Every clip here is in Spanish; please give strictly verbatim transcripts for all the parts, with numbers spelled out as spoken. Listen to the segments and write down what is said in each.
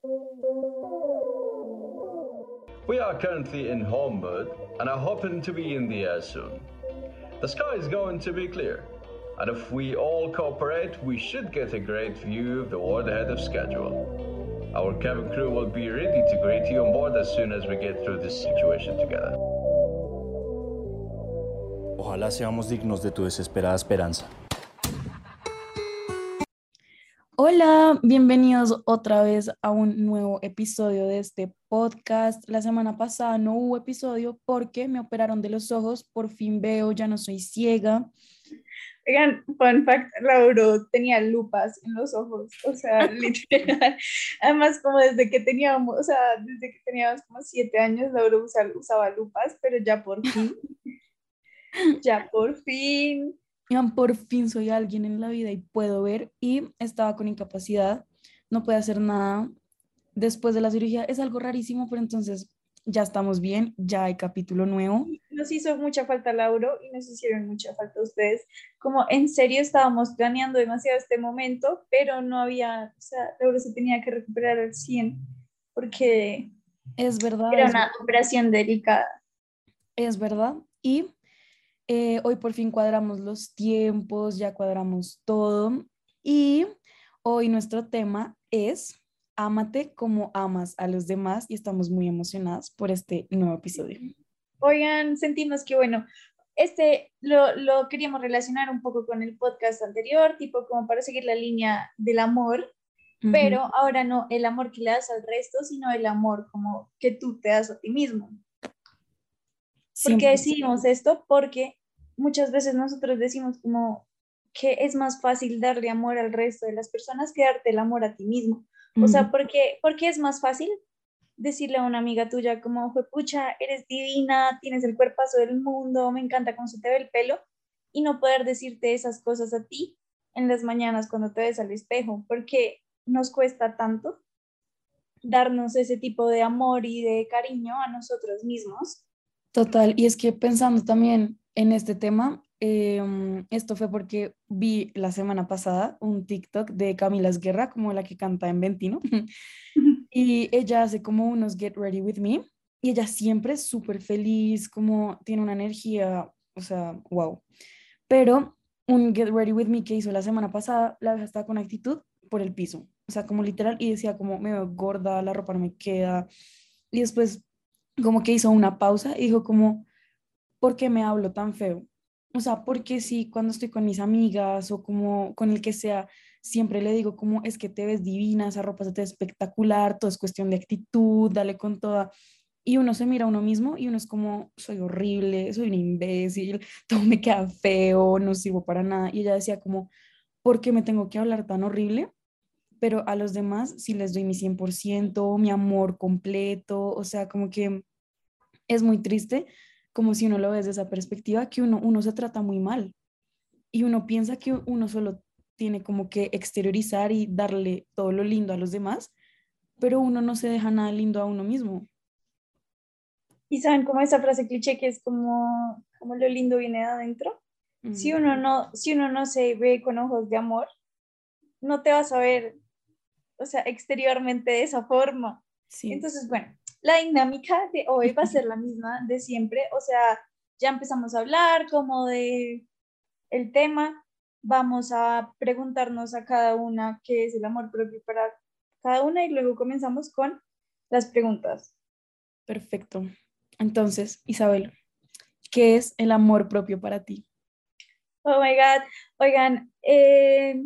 We are currently in home mode and are hoping to be in the air soon. The sky is going to be clear, and if we all cooperate, we should get a great view of the world ahead of schedule. Our cabin crew will be ready to greet you on board as soon as we get through this situation together. Ojalá seamos dignos de tu desesperada esperanza. Hola, bienvenidos otra vez a un nuevo episodio de este podcast. La semana pasada no hubo episodio porque me operaron de los ojos, por fin veo, ya no soy ciega. Oigan, fun fact, Lauro tenía lupas en los ojos, o sea, literal. Además, como desde que teníamos, o sea, desde que teníamos como siete años, Lauro usa, usaba lupas, pero ya por fin, ya por fin. Oigan, por fin soy alguien en la vida y puedo ver, y estaba con incapacidad, no puede hacer nada después de la cirugía. Es algo rarísimo, pero entonces ya estamos bien, ya hay capítulo nuevo. Nos hizo mucha falta Lauro y nos hicieron mucha falta ustedes. Como en serio estábamos planeando demasiado este momento, pero no había, o sea, Lauro se tenía que recuperar al cien porque Es verdad. era es una verdad. operación delicada. Es verdad. Y eh, hoy por fin cuadramos los tiempos, ya cuadramos todo. Y hoy nuestro tema es ámate como amas a los demás, y estamos muy emocionadas por este nuevo episodio. Oigan, sentimos que, bueno, este lo, lo queríamos relacionar un poco con el podcast anterior, tipo como para seguir la línea del amor, Ujú. pero ahora no el amor que le das al resto, sino el amor como que tú te das a ti mismo. ¿Por qué Siempre. decidimos esto? Porque muchas veces nosotros decimos como que es más fácil darle amor al resto de las personas que darte el amor a ti mismo. O sea, Ujú. ¿por qué, por qué es más fácil decirle a una amiga tuya como, pucha, eres divina, tienes el cuerpazo del mundo, me encanta cómo se te ve el pelo, y no poder decirte esas cosas a ti en las mañanas cuando te ves al espejo? Porque nos cuesta tanto darnos ese tipo de amor y de cariño a nosotros mismos. Total, y es que pensando también en este tema, eh, esto fue porque vi la semana pasada un TikTok de Camila Guerra, como la que canta en Ventino, y ella hace como unos Get Ready With Me, y ella siempre es súper feliz, como tiene una energía, o sea, wow. Pero un Get Ready With Me que hizo la semana pasada, la vieja estaba con actitud por el piso, o sea, como literal, y decía como, me veo gorda, la ropa no me queda, y después como que hizo una pausa y dijo como, ¿por qué me hablo tan feo? O sea, porque si cuando estoy con mis amigas o como con el que sea, siempre le digo como, es que te ves divina, esa ropa se te ve espectacular, todo es cuestión de actitud, dale con toda. Y uno se mira a uno mismo y uno es como, soy horrible, soy un imbécil, todo me queda feo, no sirvo para nada. Y ella decía como, ¿por qué me tengo que hablar tan horrible? Pero a los demás sí les doy mi cien por ciento, mi amor completo, o sea, como que es muy triste, como si uno lo ve desde esa perspectiva, que uno, uno se trata muy mal y uno piensa que uno solo tiene como que exteriorizar y darle todo lo lindo a los demás, pero uno no se deja nada lindo a uno mismo. Y saben como esa frase cliché que es como, como lo lindo viene de adentro. Ujú. Si uno no, si uno no se ve con ojos de amor, no te vas a ver, o sea, exteriormente de esa forma. Sí. Entonces, bueno, la dinámica de hoy va a ser la misma de siempre. O sea, ya empezamos a hablar como de el tema. Vamos a preguntarnos a cada una qué es el amor propio para cada una y luego comenzamos con las preguntas. Perfecto. Entonces, Isabel, ¿qué es el amor propio para ti? Oh my God. Oigan, eh,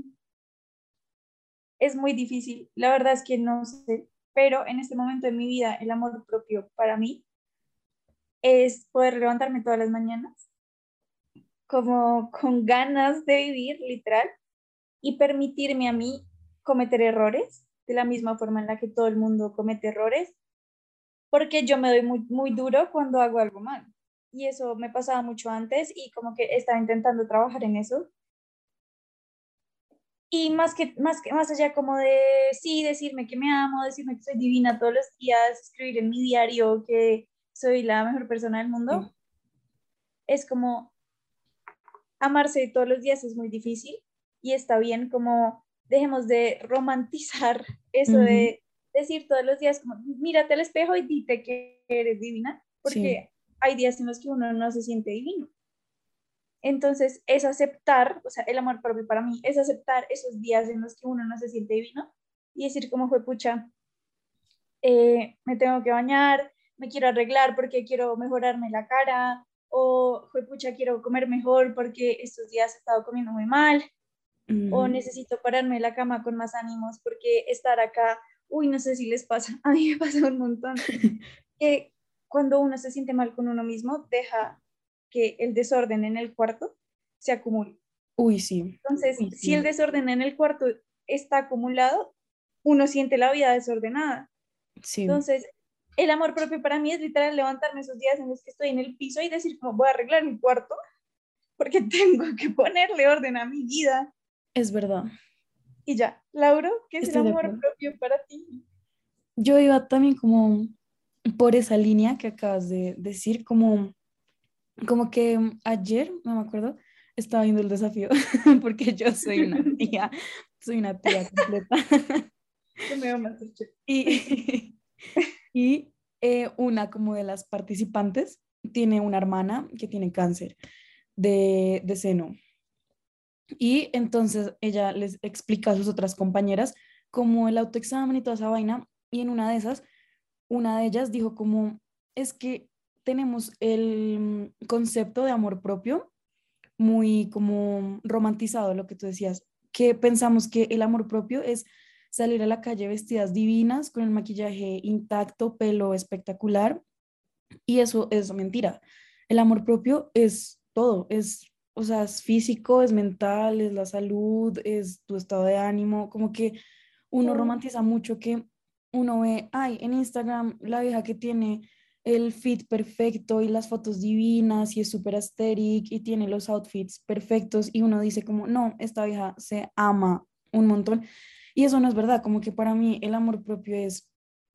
es muy difícil. La verdad es que no sé, pero en este momento de mi vida, el amor propio para mí es poder levantarme todas las mañanas como con ganas de vivir, literal, y permitirme a mí cometer errores de la misma forma en la que todo el mundo comete errores, porque yo me doy muy, muy duro cuando hago algo mal. Y eso me pasaba mucho antes y como que estaba intentando trabajar en eso. Y más que, más que, más allá como de, sí, decirme que me amo, decirme que soy divina todos los días, escribir en mi diario que soy la mejor persona del mundo, Sí. es como amarse todos los días es muy difícil y está bien como dejemos de romantizar eso Ujú. de, decir todos los días como, mírate al espejo y dite que eres divina, porque Sí, hay días en los que uno no se siente divino. Entonces, es aceptar, o sea, el amor propio para mí es aceptar esos días en los que uno no se siente divino y decir como fue pucha, eh, me tengo que bañar, me quiero arreglar porque quiero mejorarme la cara, o fue pucha, quiero comer mejor porque estos días he estado comiendo muy mal, o ujú, necesito pararme de la cama con más ánimos porque estar acá, uy, no sé si les pasa, a mí me pasa un montón, que cuando uno se siente mal con uno mismo, deja que el desorden en el cuarto se acumule. Uy, sí, Entonces, uy, si el sí, desorden en el cuarto está acumulado, uno siente la vida desordenada. sí, Entonces, el amor propio para mí es literal levantarme esos días en los que estoy en el piso y decir, como voy a arreglar mi cuarto porque tengo que ponerle orden a mi vida. es verdad, Y ya, Lauro, ¿qué es el estoy de amor acuerdo. propio para ti? Yo iba también como por esa línea que acabas de decir, como, como que ayer, no me acuerdo, estaba viendo el desafío, porque yo soy una tía, soy una tía completa. Yo me amo Masterchef. Y, y eh, una como de las participantes tiene una hermana que tiene cáncer de, de seno. Y entonces ella les explica a sus otras compañeras como el autoexamen y toda esa vaina. Y en una de esas, una de ellas dijo como, es que tenemos el mm, concepto de amor propio muy como romantizado, lo que tú decías, que pensamos que el amor propio es salir a la calle vestidas divinas, con el maquillaje intacto, pelo espectacular, y eso es mentira. El amor propio es todo, es, o sea, es físico, es mental, es la salud, es tu estado de ánimo, como que uno romantiza mucho que uno ve, ay, en Instagram la vieja que tiene el fit perfecto y las fotos divinas y es súper aesthetic y tiene los outfits perfectos y uno dice como, no, esta vieja se ama un montón. Y eso no es verdad, como que para mí el amor propio es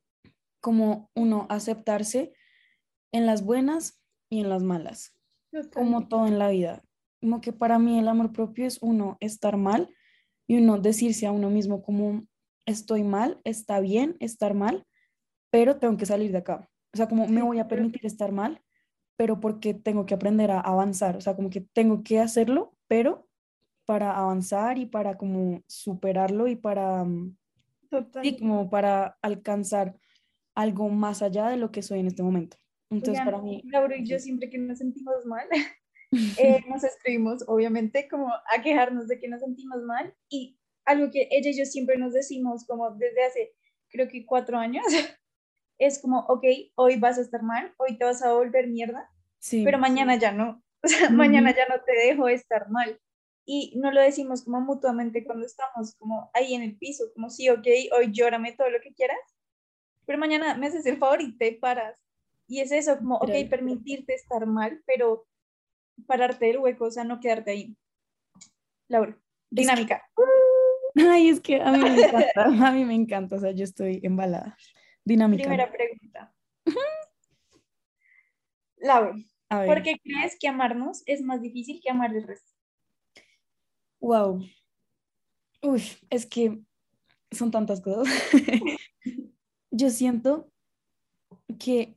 como uno aceptarse en las buenas y en las malas, Total. como todo en la vida. Como que para mí el amor propio es uno estar mal y uno decirse a uno mismo como estoy mal, está bien estar mal, pero tengo que salir de acá. O sea, como me Sí, voy a permitir estar mal, pero porque tengo que aprender a avanzar. O sea, como que tengo que hacerlo, pero para avanzar y para como superarlo y para, mm, sí, total. como para alcanzar algo más allá de lo que soy en este momento. Entonces, para Oigan, mí, Laura y yo siempre que nos sentimos mal, eh, nos escribimos, obviamente, como a quejarnos de que nos sentimos mal y algo que ella y yo siempre nos decimos como desde hace, creo que cuatro años, es como, ok, hoy vas a estar mal, hoy te vas a volver mierda, pero sí. mañana ya no, o sea, mañana Ujú. ya no te dejo estar mal. Y no lo decimos como mutuamente cuando estamos como ahí en el piso, como sí, ok, hoy llórame todo lo que quieras, pero mañana me haces el favor y te paras. Y es eso, como, ok, Literal. permitirte estar mal, pero pararte del hueco, o sea, no quedarte ahí. Laura, Es que, dinámica. ay, es que a mí me encanta, a mí me encanta, o sea, yo estoy embalada. Dinámica. Primera pregunta. Laura, A ¿por ver, qué crees que amarnos es más difícil que amar el resto? wow. Uy, es que son tantas cosas. Yo siento que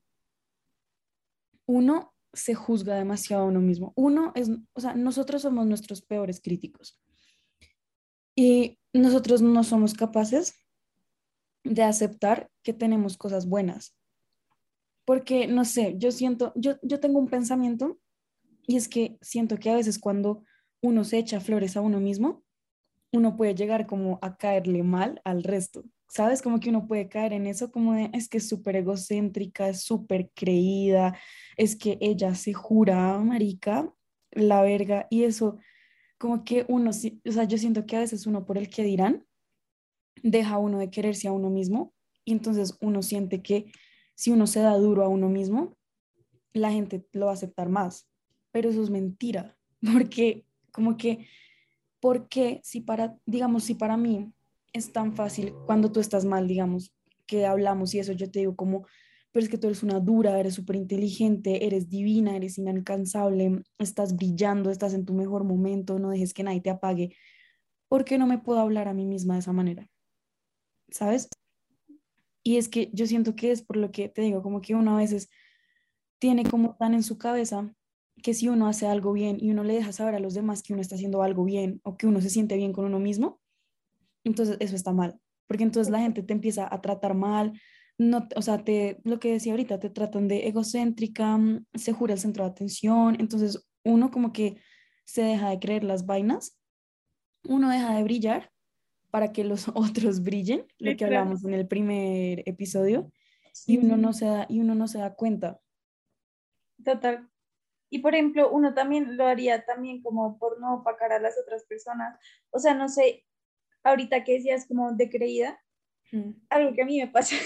uno se juzga demasiado a uno mismo. Uno es, o sea, nosotros somos nuestros peores críticos y nosotros no somos capaces de aceptar que tenemos cosas buenas. Porque, no sé, yo siento, yo, yo tengo un pensamiento y es que siento que a veces cuando uno se echa flores a uno mismo, uno puede llegar como a caerle mal al resto. ¿Sabes? Como que uno puede caer en eso, como de, es que es súper egocéntrica, es súper creída, es que ella se jura, marica, la verga, y eso, como que uno, sí- o sea, yo siento que a veces uno por el que dirán, deja uno de quererse a uno mismo, y entonces uno siente que si uno se da duro a uno mismo, la gente lo va a aceptar más, pero eso es mentira, porque como que porque si para, digamos, si para mí es tan fácil cuando tú estás mal, digamos, que hablamos y eso, yo te digo como, pero es que tú eres una dura, eres súper inteligente, eres divina, eres inalcanzable, estás brillando, estás en tu mejor momento, no dejes que nadie te apague. ¿Por qué no me puedo hablar a mí misma de esa manera? ¿Sabes? Y es que yo siento que es por lo que te digo, como que uno a veces tiene como tan en su cabeza que si uno hace algo bien y uno le deja saber a los demás que uno está haciendo algo bien o que uno se siente bien con uno mismo, entonces eso está mal, porque entonces la gente te empieza a tratar mal, no, o sea, te, lo que decía ahorita, te tratan de egocéntrica, mm, se jura el centro de atención, entonces uno como que se deja de creer las vainas, uno deja de brillar para que los otros brillen, lo que Literal. hablábamos en el primer episodio, y Sí, uno no se da, y uno no se da cuenta. total. Y por ejemplo, uno también lo haría también como por no opacar a las otras personas. O sea, no sé, ahorita que decías como de creída, Mm. algo que a mí me pasa,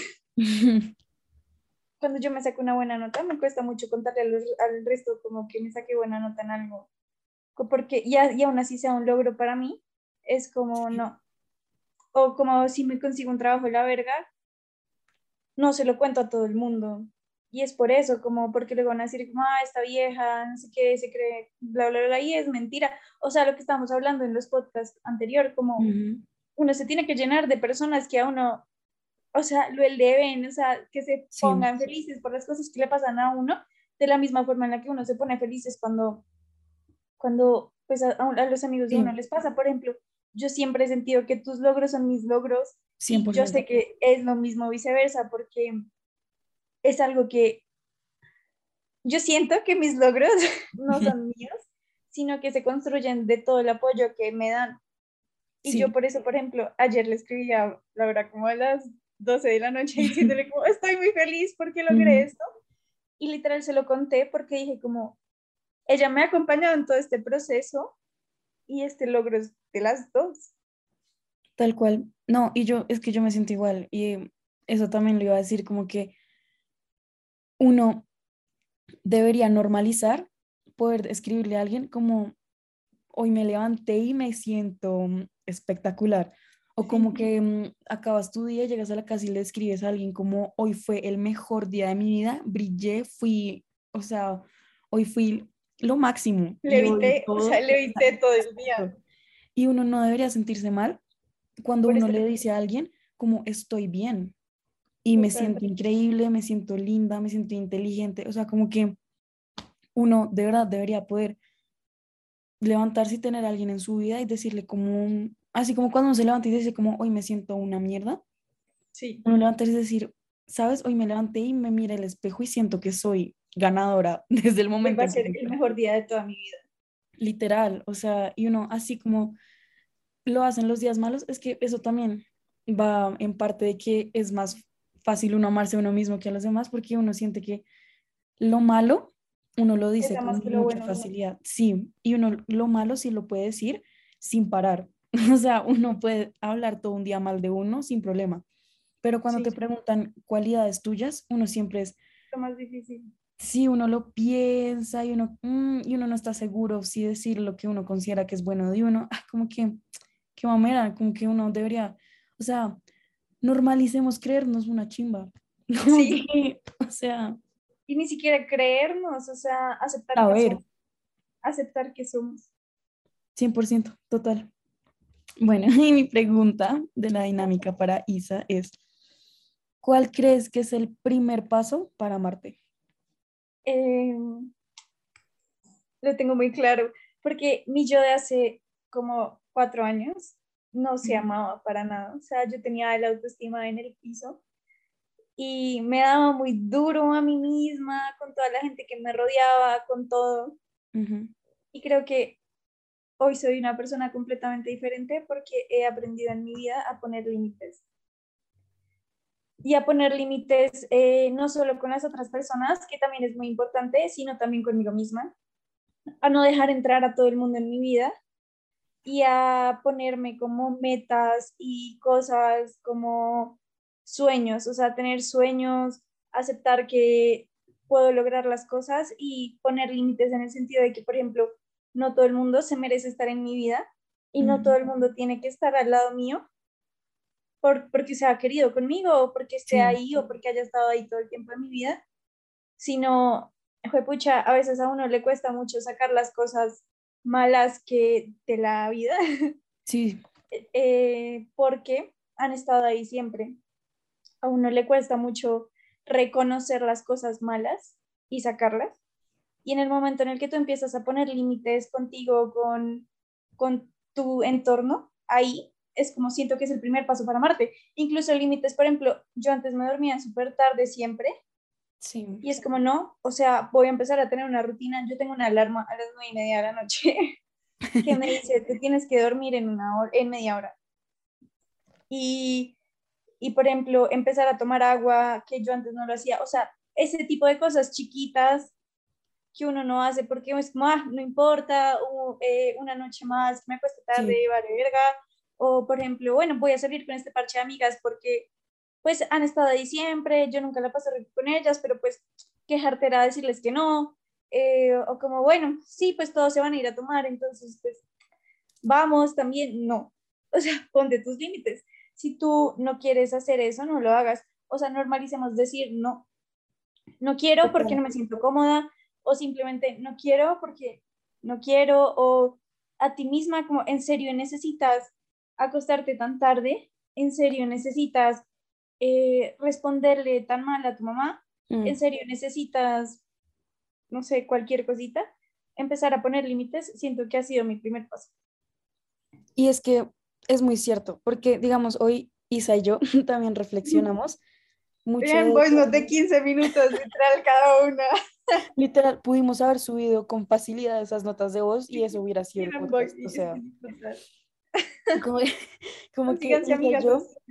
cuando yo me saco una buena nota, me cuesta mucho contarle a los- al resto como que me saqué buena nota en algo. Co- Porque ya, y aún así sea un logro para mí, es como Sí. no. O como si me consigo un trabajo de la verga, no se lo cuento a todo el mundo. Y es por eso, como porque luego van a decir, como, ah, esta vieja, no sé qué, se cree, bla, bla, bla, y es mentira. O sea, lo que estábamos hablando en los podcasts anterior, como Ujú. uno se tiene que llenar de personas que a uno, o sea, lo el deben, o sea, que se Sí, pongan felices por las cosas que le pasan a uno, de la misma forma en la que uno se pone felices cuando, cuando pues a, a los amigos de uno sí, les pasa. Por ejemplo, yo siempre he sentido que tus logros son mis logros cien y por yo ciento sé que es lo mismo viceversa, porque es algo que yo siento que mis logros no son míos, sino que se construyen de todo el apoyo que me dan. Y yo Sí. por eso, por ejemplo, ayer le escribí a Laura como a las doce de la noche diciéndole como estoy muy feliz porque logré Ujú. esto. Y literal se lo conté porque dije como ella me ha acompañado en todo este proceso y este logro es de las dos. Tal cual. No, y yo, es que yo me siento igual. Y eso también lo iba a decir, como que uno debería normalizar poder escribirle a alguien como hoy me levanté y me siento mm, espectacular. O como Sí, que mm, acabas tu día, llegas a la casa y le escribes a alguien como hoy fue el mejor día de mi vida, brillé, fui, o sea, hoy fui lo máximo y hoy levité, o sea, todo. levité todo el día. Y uno no debería sentirse mal cuando Por uno eso, le dice a alguien como estoy bien y me total. siento increíble, me siento linda, me siento inteligente, o sea, como que uno de verdad debería poder levantarse y tener a alguien en su vida y decirle como, un- así como cuando uno se levanta y dice como, hoy me siento una mierda, Sí, uno levantarse y decir, sabes, hoy me levanté y me mira el espejo y siento que soy ganadora desde el hoy momento va a en que ser me el levanté. mejor día de toda mi vida. Literal, o sea, y uno así como lo hacen los días malos, es que eso también va en parte de que es más fácil uno amarse a uno mismo que a los demás porque uno siente que lo malo uno lo dice Pesa con más que lo mucha bueno, ¿no? facilidad, sí, y uno lo malo sí lo puede decir sin parar, o sea, uno puede hablar todo un día mal de uno sin problema, pero cuando te Sí, preguntan cualidades tuyas, uno siempre es, lo más difícil. sí, uno lo piensa y uno, mm, y uno no está seguro si decir lo que uno considera que es bueno de uno, ah, como que, qué mamera, como que uno debería, o sea, normalicemos creernos una chimba, como Sí, que, o sea, y ni siquiera creernos, o sea, aceptar a que ver, somos, aceptar que somos. cien por ciento total. Bueno, y mi pregunta de la dinámica para Isa es, ¿cuál crees que es el primer paso para amarte? Eh, lo tengo muy claro, porque mi yo de hace como cuatro años no se Ujú, amaba para nada, o sea, yo tenía la autoestima en el piso y me daba muy duro a mí misma, con toda la gente que me rodeaba, con todo, ujú, y creo que hoy soy una persona completamente diferente porque he aprendido en mi vida a poner límites. Y a poner límites eh, no solo con las otras personas, que también es muy importante, sino también conmigo misma, a no dejar entrar a todo el mundo en mi vida y a ponerme como metas y cosas como sueños, o sea, tener sueños, aceptar que puedo lograr las cosas y poner límites en el sentido de que, por ejemplo, no todo el mundo se merece estar en mi vida y no todo ujú. el mundo tiene que estar al lado mío por, porque se ha querido conmigo o porque esté Sí, ahí o porque haya estado ahí todo el tiempo de mi vida, sino, juepucha, a veces a uno le cuesta mucho sacar las cosas malas que de la vida, sí, eh, porque han estado ahí siempre. a uno le cuesta mucho reconocer las cosas malas y sacarlas. Y en el momento en el que tú empiezas a poner límites contigo, con, con tu entorno, ahí es como siento que es el primer paso para amarte. Incluso límites, por ejemplo, yo antes me dormía súper tarde siempre Sí. y es como no, o sea, voy a empezar a tener una rutina. Yo tengo una alarma a las nueve y media de la noche que me dice, te tienes que dormir en, una hora, en media hora. Y, y, por ejemplo, empezar a tomar agua, que yo antes no lo hacía. O sea, ese tipo de cosas chiquitas que uno no hace porque es como, ah, no importa, o, eh, una noche más, me acuesto tarde, Sí. vale, verga. O, por ejemplo, bueno, voy a salir con este parche de amigas porque, pues, han estado ahí siempre, yo nunca la paso rico con ellas, pero, pues, quejarte era decirles que no. Eh, o como, bueno, sí, pues todos se van a ir a tomar, entonces, pues, vamos también, no. O sea, ponte tus límites. Si tú no quieres hacer eso, no lo hagas. O sea, normalicemos decir no. No quiero porque no Total. me siento cómoda, o simplemente no quiero porque no quiero, o a ti misma, como en serio necesitas acostarte tan tarde, en serio necesitas eh, responderle tan mal a tu mamá, en Mm. serio necesitas, no sé, cualquier cosita, empezar a poner límites, siento que ha sido mi primer paso. Y es que es muy cierto, porque digamos, hoy Isa y yo también reflexionamos mucho Bien, de voice eso. note de quince minutos, literal, cada una. Literal, pudimos haber subido con facilidad esas notas de voz y eso hubiera sido el Eran voice, podcast. O y es que sea, sí, total. como, como que Consíganse Isa y amigas yo, así.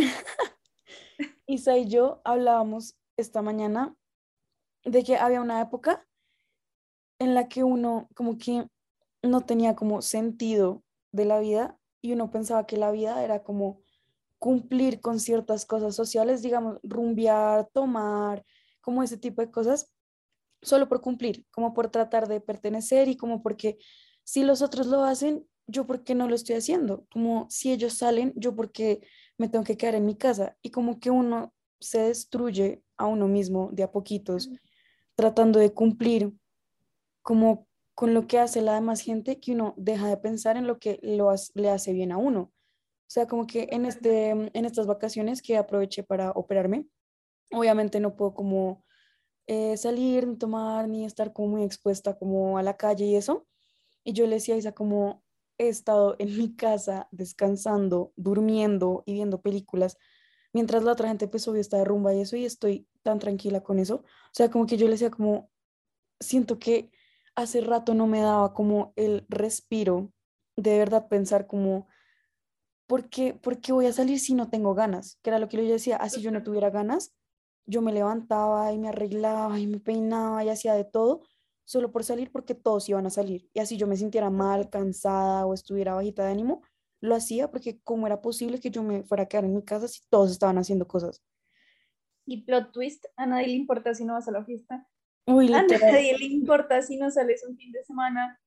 Isa y yo hablábamos esta mañana de que había una época en la que uno como que no tenía como sentido de la vida y uno pensaba que la vida era como cumplir con ciertas cosas sociales, digamos, rumbear, tomar, como ese tipo de cosas, solo por cumplir, como por tratar de pertenecer y como porque si los otros lo hacen, yo por qué no lo estoy haciendo, como si ellos salen, yo por qué me tengo que quedar en mi casa y como que uno se destruye a uno mismo de a poquitos tratando de cumplir como con lo que hace la demás gente que uno deja de pensar en lo que lo hace- le hace bien a uno. O sea, como que en, este, en estas vacaciones que aproveché para operarme, obviamente no puedo como eh, salir, ni tomar, ni estar como muy expuesta como a la calle y eso. Y yo le decía a Isa como he estado en mi casa descansando, durmiendo y viendo películas, mientras la otra gente pues obvio está de rumba y eso y estoy tan tranquila con eso. O sea, como que yo le decía como siento que hace rato no me daba como el respiro de verdad pensar como, ¿por qué, por qué voy a salir si no tengo ganas? Que era lo que yo decía, así yo no tuviera ganas, yo me levantaba y me arreglaba y me peinaba y hacía de todo solo por salir porque todos iban a salir. Y así yo me sintiera mal, cansada o estuviera bajita de ánimo, lo hacía porque cómo era posible que yo me fuera a quedar en mi casa si todos estaban haciendo cosas. Y plot twist, a nadie le importa si no vas a la fiesta. Uy, A literal, nadie le importa si no sales un fin de semana.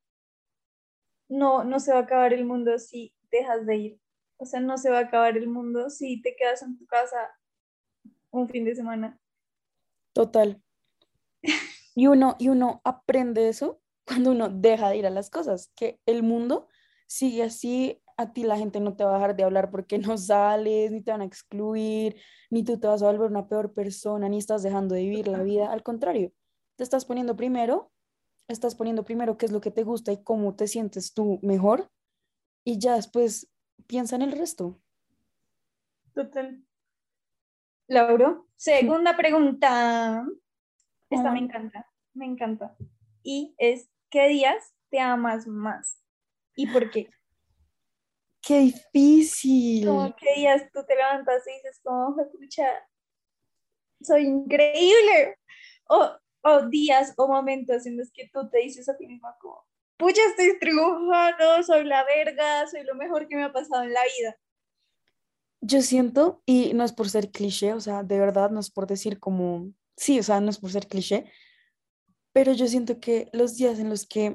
No, no se va a acabar el mundo si dejas de ir. O sea, no se va a acabar el mundo si te quedas en tu casa un fin de semana. total. Y uno, y uno aprende eso cuando uno deja de ir a las cosas, que el mundo sigue así, a ti la gente no te va a dejar de hablar porque no sales, ni te van a excluir, ni tú te vas a volver una peor persona, ni estás dejando de vivir la vida. Al contrario, te estás poniendo primero, estás poniendo primero qué es lo que te gusta y cómo te sientes tú mejor, y ya después piensa en el resto. Total. Lauro, segunda pregunta. Esta me Ay, encanta, me encanta. Y es, ¿qué días te amas más? ¿Y por qué? qué difícil. Como qué días tú te levantas y dices, como, pucha, soy increíble. O, o días o momentos en los que tú te dices a ti misma como, pucha, estoy triunfando, soy la verga, soy lo mejor que me ha pasado en la vida. Yo siento, y no es por ser cliché, o sea, de verdad, no es por decir como, sí, o sea, no es por ser cliché, pero yo siento que los días en los que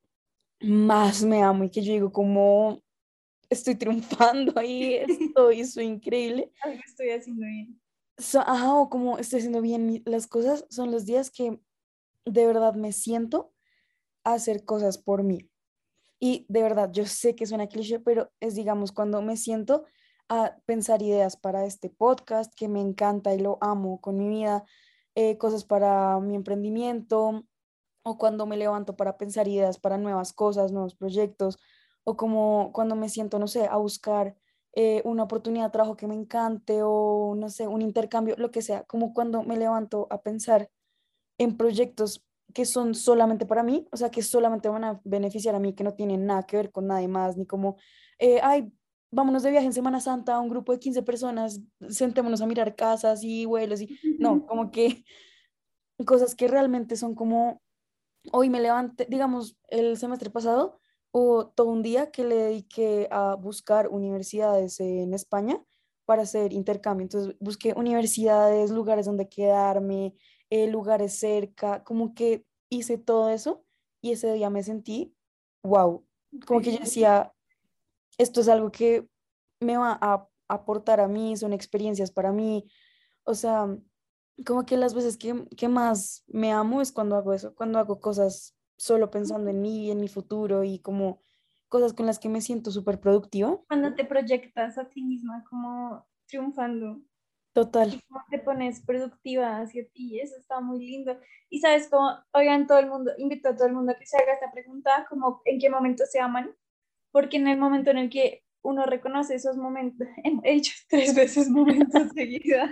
más me amo y que yo digo como estoy triunfando ahí, estoy, soy increíble, Algo estoy haciendo bien. so- ajá, o como estoy haciendo bien mi- las cosas, son los días que de verdad me siento a hacer cosas por mí. Y de verdad, yo sé que suena cliché, pero es, digamos, cuando me siento a pensar ideas para este podcast que me encanta y lo amo con mi vida, eh, cosas para mi emprendimiento, o cuando me levanto para pensar ideas para nuevas cosas, nuevos proyectos, o como cuando me siento, no sé, a buscar eh, una oportunidad de trabajo que me encante o, no sé, un intercambio, lo que sea, como cuando me levanto a pensar en proyectos que son solamente para mí, o sea, que solamente van a beneficiar a mí, que no tienen nada que ver con nadie más, ni como, eh, ay, vámonos de viaje en Semana Santa a un grupo de quince personas, sentémonos a mirar casas y vuelos y no, como que cosas que realmente son como, hoy me levanté, digamos, el semestre pasado, o todo un día que le dediqué a buscar universidades en España para hacer intercambio. Entonces busqué universidades, lugares donde quedarme, eh, lugares cerca, como que hice todo eso y ese día me sentí, wow, como que yo decía, esto es algo que me va a aportar a mí, son experiencias para mí, o sea, como que las veces que, que más me amo es cuando hago eso, cuando hago cosas solo pensando en mí y en mi futuro y como cosas con las que me siento súper productiva. Cuando te proyectas a ti misma como triunfando Total. y cómo te pones productiva hacia ti, eso está muy lindo. Y sabes cómo, oigan, todo el mundo, invito a todo el mundo a que se haga esta pregunta, como en qué momento se aman, porque en el momento en el que uno reconoce esos momentos, he dicho tres veces momentos seguidos,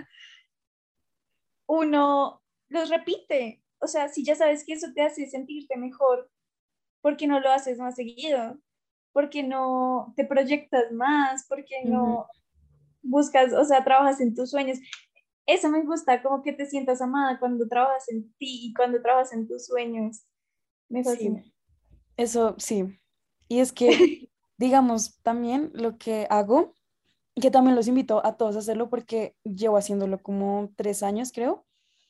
uno los repite. O sea, si ya sabes que eso te hace sentirte mejor, ¿por qué no lo haces más seguido? ¿Por qué no te proyectas más? ¿Por qué Ujú. no buscas, o sea, trabajas en tus sueños? Eso me gusta, como que te sientas amada cuando trabajas en ti y cuando trabajas en tus sueños. Me fascina. Sí, eso sí. Y es que, digamos, también lo que hago, que también los invito a todos a hacerlo porque llevo haciéndolo como tres años, creo,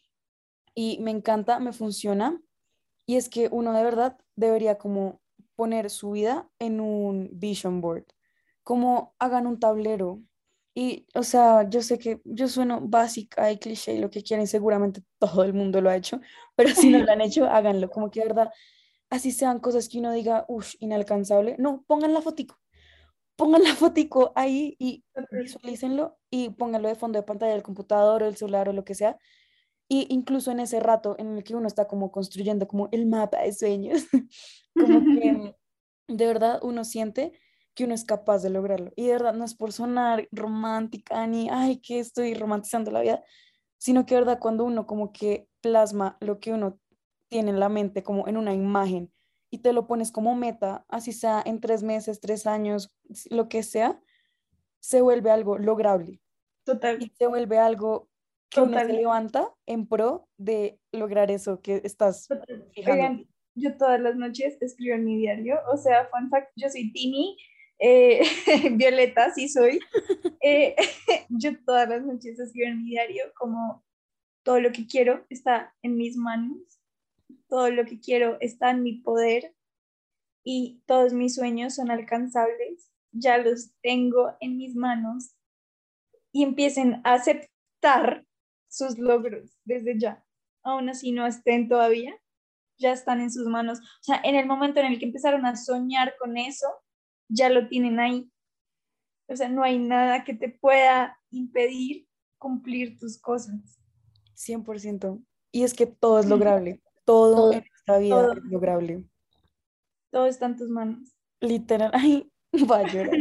y me encanta, me funciona. Y es que uno de verdad debería como poner su vida en un vision board, como hagan un tablero. Y, o sea, yo sé que yo sueno básica y cliché y lo que quieren, seguramente todo el mundo lo ha hecho, pero si no lo han hecho, háganlo, como que de verdad, así sean cosas que uno diga, uff, inalcanzable. No, pongan la fotico, pongan la fotico ahí y visualícenlo y pónganlo de fondo de pantalla del computador o del celular o lo que sea, y incluso en ese rato en el que uno está como construyendo como el mapa de sueños, como que de verdad uno siente que uno es capaz de lograrlo. Y de verdad no es por sonar romántica ni, ay, que estoy romantizando la vida, sino que de verdad cuando uno como que plasma lo que uno tiene en la mente como en una imagen y te lo pones como meta, así sea en tres meses, tres años, lo que sea, se vuelve algo lograble Total, y se vuelve algo que uno se total, levanta en pro de lograr eso que estás total. fijando. Oigan, yo todas las noches escribo en mi diario, o sea, fun fact, yo soy Tini, eh, Violeta, sí soy. Eh, yo todas las noches escribo en mi diario como todo lo que quiero está en mis manos, todo lo que quiero está en mi poder y todos mis sueños son alcanzables, ya los tengo en mis manos y empiecen a aceptar sus logros desde ya. Aún así no estén todavía, ya están en sus manos. O sea, en el momento en el que empezaron a soñar con eso, ya lo tienen ahí. O sea, no hay nada que te pueda impedir cumplir tus cosas. Cien por ciento. Y es que todo es lograble, todo en Todo, esta vida todo, es lograble. todo está en tus manos. Literal, ay, va a llorar.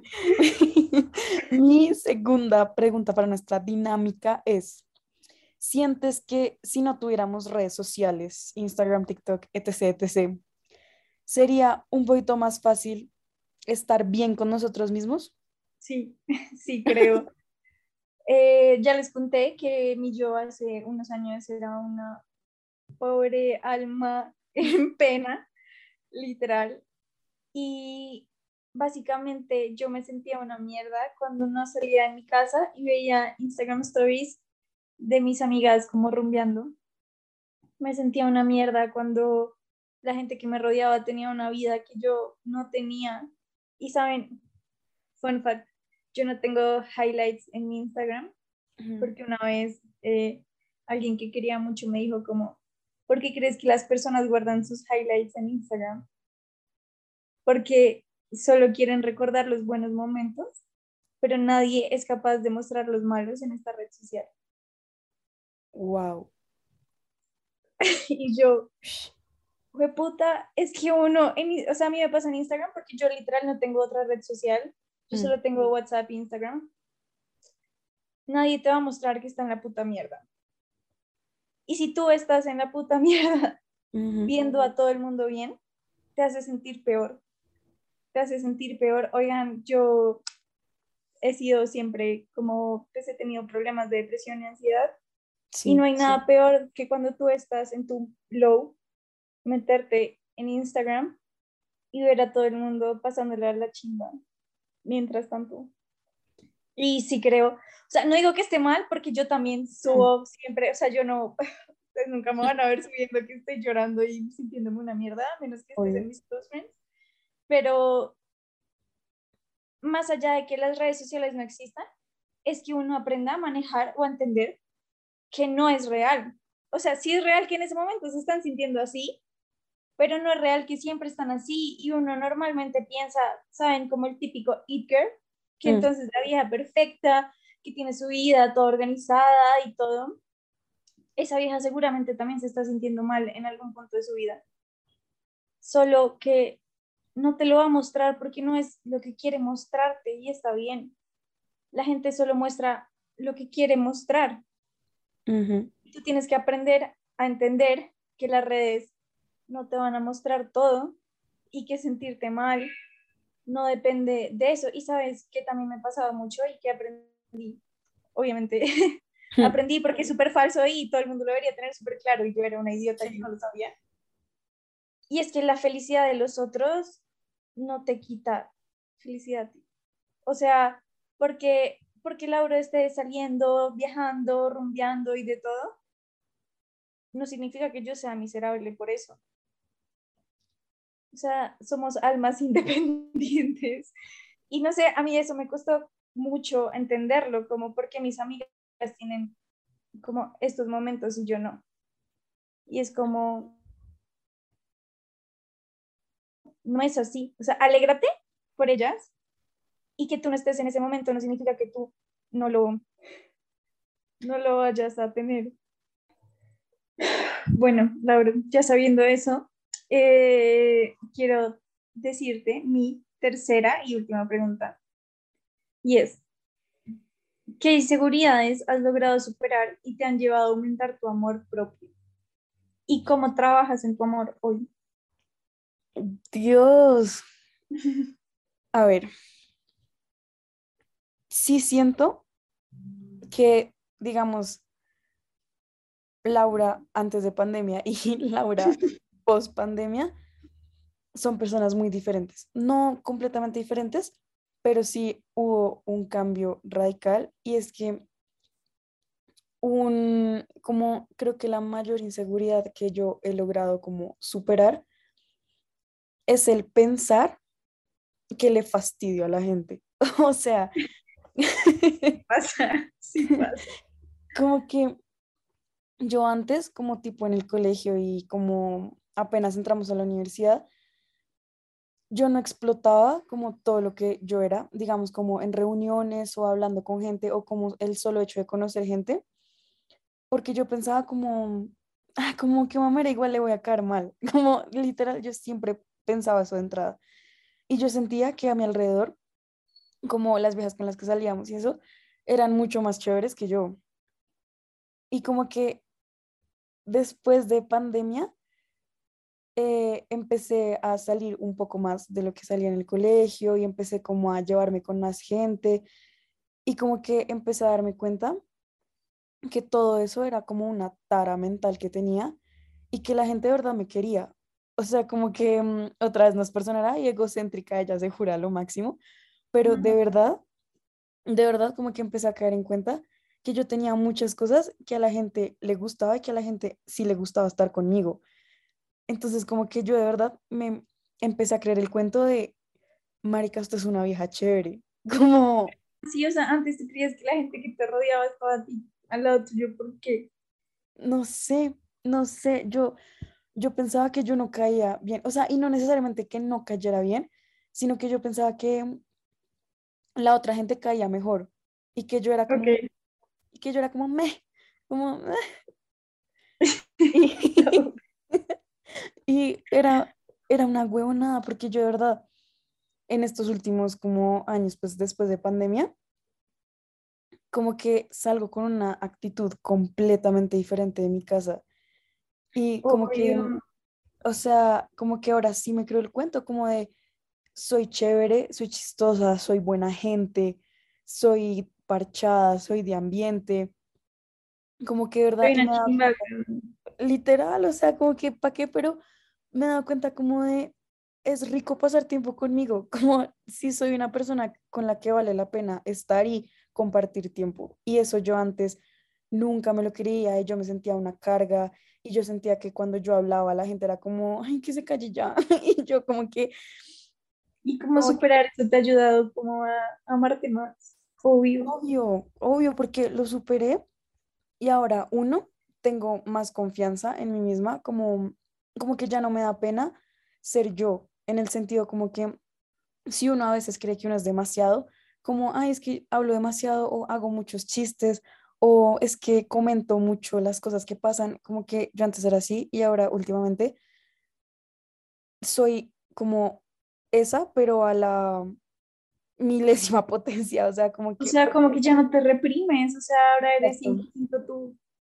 Mi segunda pregunta para nuestra dinámica es, ¿sientes que si no tuviéramos redes sociales, Instagram, TikTok, etc, etc, sería un poquito más fácil estar bien con nosotros mismos? Sí, sí, creo. Eh, ya les conté que mi yo hace unos años era una pobre alma en pena, literal. Y básicamente yo me sentía una mierda cuando no salía de mi casa y veía Instagram Stories de mis amigas como rumbeando. Me sentía una mierda cuando la gente que me rodeaba tenía una vida que yo no tenía. Y saben, fun fact, yo no tengo highlights en mi Instagram Ujú. porque una vez eh, alguien que quería mucho me dijo como, ¿por qué crees que las personas guardan sus highlights en Instagram? Porque solo quieren recordar los buenos momentos. pero nadie es capaz de mostrar los malos en esta red social. Wow. Y yo, puta, es que uno, en, o sea, a mí me pasa en Instagram porque yo literal no tengo otra red social, yo mm. solo tengo WhatsApp e Instagram. Nadie te va a mostrar que está en la puta mierda. Y si tú estás en la puta mierda, uh-huh. viendo a todo el mundo bien, te hace sentir peor. Te hace sentir peor. Oigan, yo he sido siempre como, pues he tenido problemas de depresión y ansiedad. Sí, y no hay nada sí. peor que cuando tú estás en tu low, meterte en Instagram y ver a todo el mundo pasándole a la chimba mientras tanto. Y sí creo, o sea, no digo que esté mal porque yo también subo siempre, o sea, yo no, ustedes nunca me van a ver subiendo que estoy llorando y sintiéndome una mierda, a menos que estés Oye. en mis close friends. Pero más allá de que las redes sociales no existan, es que uno aprenda a manejar o a entender que no es real. O sea, sí es real que en ese momento se están sintiendo así, pero no es real que siempre están así y uno normalmente piensa, ¿saben? Como el típico it girl, que mm. entonces la vieja perfecta, que tiene su vida toda organizada y todo, esa vieja seguramente también se está sintiendo mal en algún punto de su vida. Solo que no te lo va a mostrar porque no es lo que quiere mostrarte y está bien. La gente solo muestra lo que quiere mostrar. Uh-huh. Tú tienes que aprender a entender que las redes no te van a mostrar todo y que sentirte mal no depende de eso. Y sabes que también me pasaba mucho y que aprendí, obviamente, aprendí porque es súper falso y todo el mundo lo debería tener súper claro y yo era una idiota y no lo sabía. Y es que la felicidad de los otros no te quita felicidad. O sea, porque, porque Laura esté saliendo, viajando, rumbeando y de todo, no significa que yo sea miserable por eso. O sea, somos almas independientes. Y no sé, a mí eso me costó mucho entenderlo, como porque mis amigas tienen como estos momentos y yo no. Y es como, no es así. O sea, alégrate por ellas y que tú no estés en ese momento no significa que tú no lo, no lo vayas a tener. Bueno, Laura, ya sabiendo eso, eh, quiero decirte mi tercera y última pregunta. Y es, ¿qué inseguridades has logrado superar y te han llevado a aumentar tu amor propio? ¿Y cómo trabajas en tu amor hoy? Dios. A ver. Sí siento que, digamos, Laura antes de pandemia y Laura post pandemia son personas muy diferentes. No completamente diferentes, pero sí hubo un cambio radical y es que un, como creo que la mayor inseguridad que yo he logrado como superar es el pensar que le fastidio a la gente. O sea, pasa, sí pasa. Como que yo antes, como tipo en el colegio y como apenas entramos a la universidad, yo no explotaba como todo lo que yo era, digamos como en reuniones o hablando con gente o como el solo hecho de conocer gente, porque yo pensaba como, ah, como que mamá igual le voy a caer mal, como literal, yo siempre pensaba eso de entrada. Y yo sentía que a mi alrededor, como las viejas con las que salíamos y eso, eran mucho más chéveres que yo. Y como que después de pandemia, eh, empecé a salir un poco más de lo que salía en el colegio y empecé como a llevarme con más gente y como que empecé a darme cuenta que todo eso era como una tara mental que tenía y que la gente de verdad me quería. O sea, como que mm, otra vez no es persona y egocéntrica, ella se jura lo máximo, pero de verdad, de verdad como que empecé a caer en cuenta que yo tenía muchas cosas que a la gente le gustaba y que a la gente sí le gustaba estar conmigo. Entonces como que yo de verdad me empecé a creer el cuento de, marica, usted es una vieja chévere. Como, Sí, o sea, antes tú creías que la gente que te rodeaba estaba a ti, al lado tuyo, ¿por qué? no sé, no sé, yo, yo pensaba que yo no caía bien, o sea, y no necesariamente que no cayera bien, sino que yo pensaba que la otra gente caía mejor y que yo era como, Ok. y que yo era como, me, como, "Ah". Y, No. y era, era una huevonada porque yo de verdad en estos últimos como años, pues después de pandemia, como que salgo con una actitud completamente diferente de mi casa y como que, Obvio. o sea, como que ahora sí me creo el cuento, como de soy chévere, soy chistosa, soy buena gente, soy parchada, soy de ambiente, como que de verdad, Soy y una me he dado chimba. cuenta, literal, o sea, como que, ¿para qué? Pero me he dado cuenta como de, es rico pasar tiempo conmigo, como si soy una persona con la que vale la pena estar y compartir tiempo. Y eso yo antes nunca me lo creía y yo me sentía una carga y yo sentía que cuando yo hablaba la gente era como, ay, que se calle ya. Y yo como que, ¿Y cómo como que, superar eso te ha ayudado como a, a amarte más? Obvio. obvio, obvio, porque lo superé y ahora uno, tengo más confianza en mí misma, como, como que ya no me da pena ser yo, en el sentido como que si uno a veces cree que uno es demasiado, como, ay, es que hablo demasiado o hago muchos chistes o es que comento mucho las cosas que pasan, como que yo antes era así y ahora últimamente soy como esa, pero a la milésima potencia, o sea, como O que... sea, como que ya no te reprimes, o sea, ahora eres cien Exacto. por ciento tú.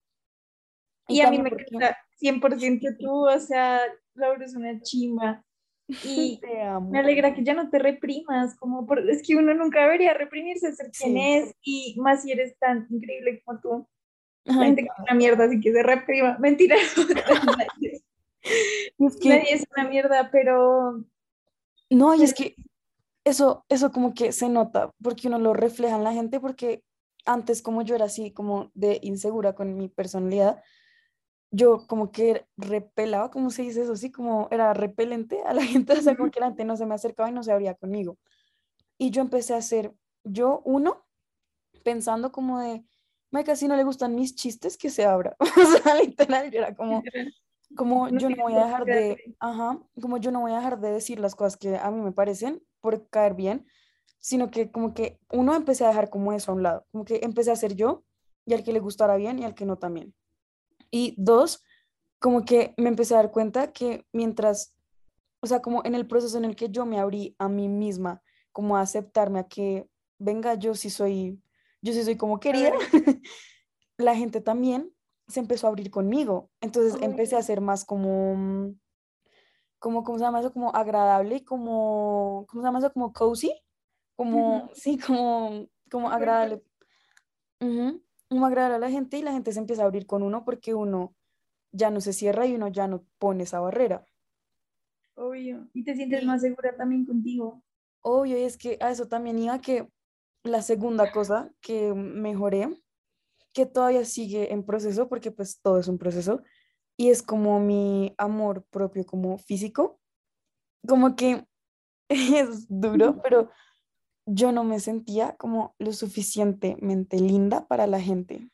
Y Y a mí también me porque encanta cien por ciento tú, o sea, Laura es una chimba. Y te me amo. alegra que ya no te reprimas, como por- es que uno nunca debería reprimirse, ser quien Sí. es, y más si eres tan increíble como tú. La Ay, gente que es una mierda, así que se reprima. Mentira, nadie, es que, nadie es una mierda, pero, no, y es pero que eso, eso como que se nota, porque uno lo refleja en la gente, porque antes como yo era así, como de insegura con mi personalidad, yo como que repelaba, ¿cómo se dice eso? Sí, como era repelente a la gente, o sea, como que la gente no se me acercaba y no se abría conmigo. Y yo empecé a hacer, yo uno, pensando como de, Maika, si no le gustan mis chistes, que se abra. O sea, literal, yo era como, como no yo no tienes voy a por qué dejar de, quedarte. ajá, como yo no voy a dejar de decir las cosas que a mí me parecen por caer bien, sino que como que uno empecé a dejar como eso a un lado, como que empecé a ser yo y al que le gustara bien y al que no también. Y dos, como que me empecé a dar cuenta que mientras, o sea, como en el proceso en el que yo me abrí a mí misma, como a aceptarme a que, venga, yo sí soy, yo sí soy como A querida, ver, la gente también se empezó a abrir conmigo. Entonces empecé a obvio. ser más como, mm, como, ¿cómo se llama eso? Como agradable, como, ¿cómo se llama eso? Como cozy, Ujú, como, sí, como, como de acuerdo. agradable. Ujú. Como agradable a la gente y la gente se empieza a abrir con uno porque uno ya no se cierra y uno ya no pone esa barrera. Obvio. Y te sientes Y más segura también contigo. obvio, y es que a eso también iba que la segunda cosa que mejoré, que todavía sigue en proceso, porque pues todo es un proceso, y es como mi amor propio como físico, como que es duro, pero yo no me sentía como lo suficientemente linda para la gente.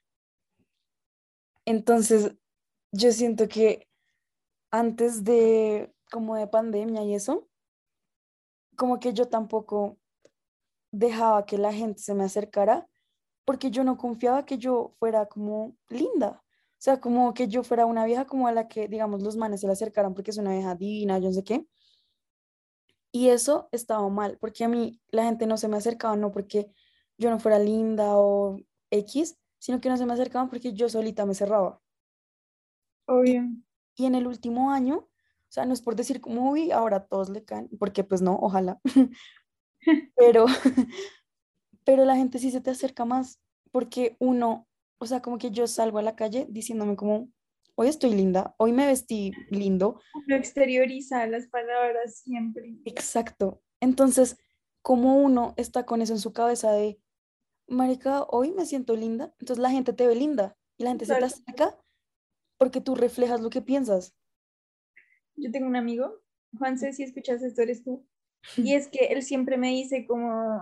Entonces, yo siento que antes de como de pandemia y eso, como que yo tampoco dejaba que la gente se me acercara porque yo no confiaba que yo fuera como linda. O sea, como que yo fuera una vieja como a la que, digamos, los manes se le acercaran porque es una vieja divina, yo no sé qué. Y eso estaba mal, porque a mí la gente no se me acercaba, no porque yo no fuera linda o X, sino que no se me acercaban porque yo solita me cerraba. Y, Obvio. y en el último año, o sea, no es por decir como, uy, ahora todos le caen, porque pues no, ojalá, pero, pero la gente sí se te acerca más, porque uno, o sea, como que yo salgo a la calle diciéndome como, hoy estoy linda, hoy me vestí lindo, Uno exterioriza las palabras siempre. exacto. Entonces, como uno está con eso en su cabeza de, marica, hoy me siento linda, entonces la gente te ve linda y la gente se te Total. acerca porque tú reflejas lo que piensas. Yo tengo un amigo, Juan, sé si escuchas esto, eres tú. Y es que él siempre me dice como,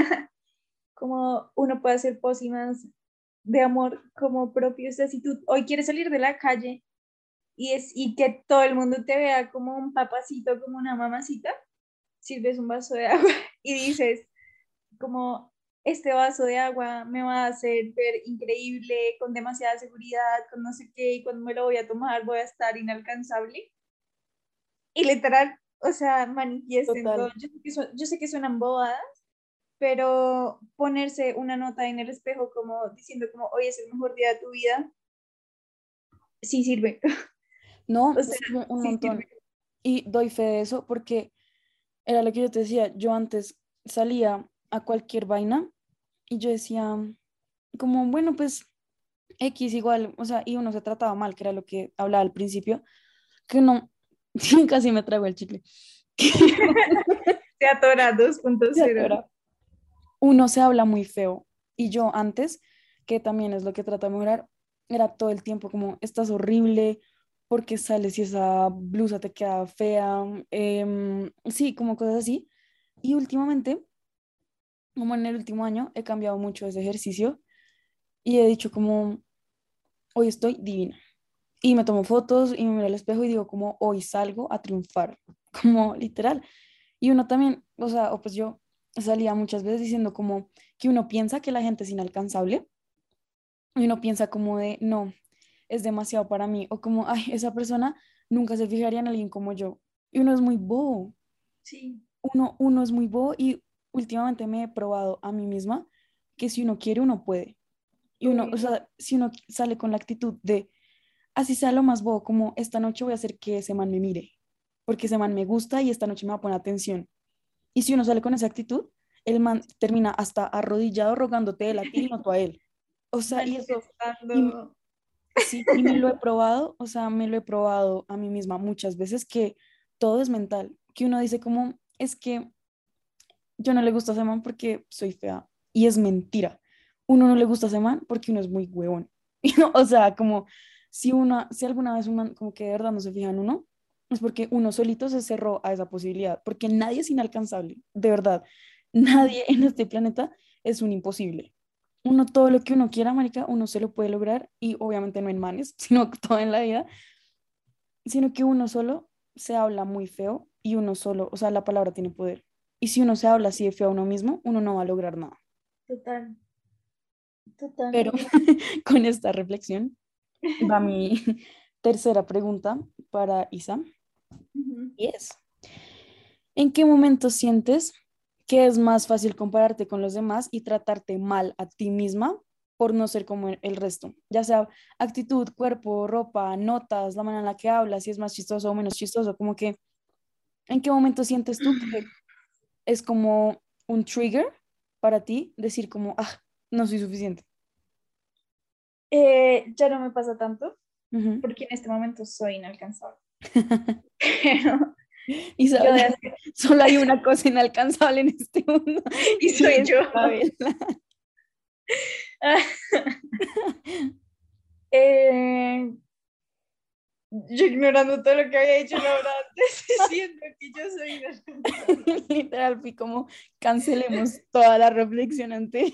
como uno puede hacer pócimas de amor como propio. O sea, si tú hoy quieres salir de la calle y, es, y que todo el mundo te vea como un papacito, como una mamacita, sirves un vaso de agua y dices, como este vaso de agua me va a hacer ver increíble, con demasiada seguridad, con no sé qué, y cuando me lo voy a tomar voy a estar inalcanzable. Y literal, o sea, manifiesten todo. Total. Yo sé que, su- yo sé que suenan bobadas, pero ponerse una nota en el espejo como diciendo como hoy es el mejor día de tu vida, sí sirve. No, O sea, sirve un sí sirve. montón. Y doy fe de eso porque era lo que yo te decía. Yo antes salía a cualquier vaina y yo decía, como, bueno, pues X igual, o sea, y uno se trataba mal, que era lo que hablaba al principio, que uno, casi me trago el chicle, Se atora dos punto se cero. atora. Uno se habla muy feo. Y yo antes, que también es lo que trata de mejorar, era todo el tiempo como, estás horrible, porque sales y esa blusa te queda fea, em, sí, como cosas así. Y últimamente, como en el último año, he cambiado mucho ese ejercicio y he dicho como, hoy estoy divina. Y me tomo fotos y me miro al espejo y digo como, hoy salgo a triunfar, como literal. Y uno también, o sea, o pues yo salía muchas veces diciendo como que uno piensa que la gente es inalcanzable y uno piensa como de, no, es demasiado para mí, o como, ay, esa persona nunca se fijaría en alguien como yo. Y uno es muy bobo, Sí. uno, uno es muy bobo y últimamente me he probado a mí misma que si uno quiere, uno puede. Y uno, o Obvio. sea, si uno sale con la actitud de, así sea lo más bobo, como esta noche voy a hacer que ese man me mire, porque ese man me gusta y esta noche me va a poner atención. Y si uno sale con esa actitud, el man termina hasta arrodillado rogándote él a ti y no tú a él. O sea, y eso, y Manifestando. sí, y me lo he probado, o sea, me lo he probado a mí misma muchas veces que todo es mental, que uno dice como, es que yo no le gusto a ese man porque soy fea. Y es mentira. Uno no le gusta a ese man porque uno es muy huevón. Y no, o sea, como si una, si alguna vez un man como que de verdad no se fija en uno, es porque uno solito se cerró a esa posibilidad, porque nadie es inalcanzable, de verdad. Nadie en este planeta es un imposible. Uno todo lo que uno quiera, marica, uno se lo puede lograr y obviamente no en manes, sino todo en la vida, sino que uno solo se habla muy feo y uno solo, o sea, la palabra tiene poder. Y si uno se habla así de feo a uno mismo, uno no va a lograr nada. Total, total. Pero con esta reflexión va mi tercera pregunta para Isa Ujú. y es, ¿en qué momento sientes que es más fácil compararte con los demás y tratarte mal a ti misma por no ser como el resto? Ya sea actitud, cuerpo, ropa, notas, la manera en la que hablas, si es más chistoso o menos chistoso, como que, ¿en qué momento sientes tú que es como un trigger para ti decir como, ah, no soy suficiente? Eh, ya no me pasa tanto Ujú. porque en este momento soy inalcanzable. Pero yo Isabela, de hacer, solo hay una cosa inalcanzable en este mundo y y soy es yo. Isabela. Eh, yo ignorando todo lo que había dicho Laura antes, diciendo que yo soy inalcanzable. Literal, fui como, cancelemos toda la reflexión ante.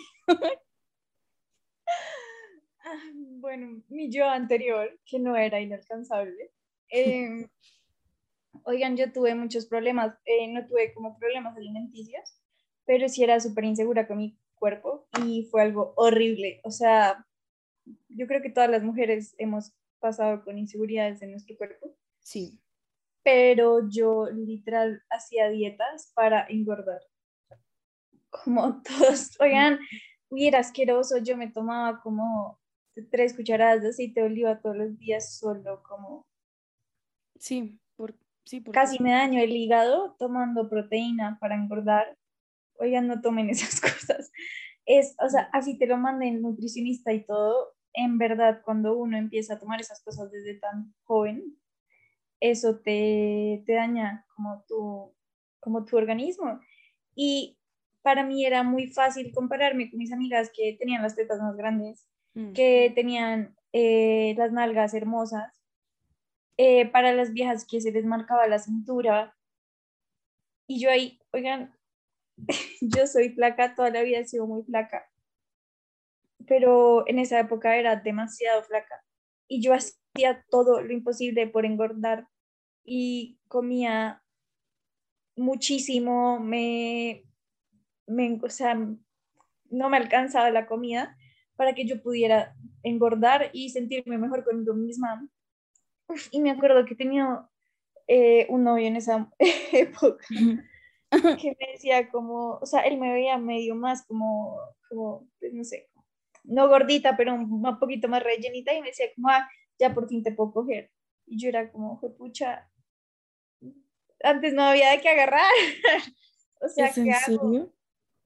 Ah, bueno, mi yo anterior, que no era inalcanzable. Eh, oigan, yo tuve muchos problemas, eh, no tuve como problemas alimenticios, pero sí era súper insegura con mi cuerpo y fue algo horrible. O sea, yo creo que todas las mujeres hemos pasado con inseguridades en nuestro cuerpo, Sí, pero yo literal hacía dietas para engordar, como todos. Oigan, y era asqueroso, yo me tomaba como tres cucharadas de aceite de oliva todos los días solo, como sí, por, sí, porque casi sí. me daño el hígado tomando proteína para engordar. Oigan, no tomen esas cosas. Es, o sea, así te lo manda el nutricionista y todo. En verdad, cuando uno empieza a tomar esas cosas desde tan joven, eso te, te daña como tu, como tu organismo. Y para mí era muy fácil compararme con mis amigas que tenían las tetas más grandes, Mm. que tenían eh, las nalgas hermosas, eh, para las viejas que se les marcaba la cintura. Y yo ahí, oigan, yo soy flaca, toda la vida he sido muy flaca, pero en esa época era demasiado flaca. Y yo hacía todo lo imposible por engordar y comía muchísimo, me me, o sea, no me alcanzaba la comida para que yo pudiera engordar y sentirme mejor conmigo misma. Uf, y me acuerdo que tenía eh, un novio en esa época que me decía como, o sea, él me veía medio más como, como pues no sé, no gordita, pero un, un poquito más rellenita y me decía como, ah, ya por fin te puedo coger. Y yo era como, pucha, antes no había de qué agarrar. O ¿Es sea, ¿qué en hago? serio?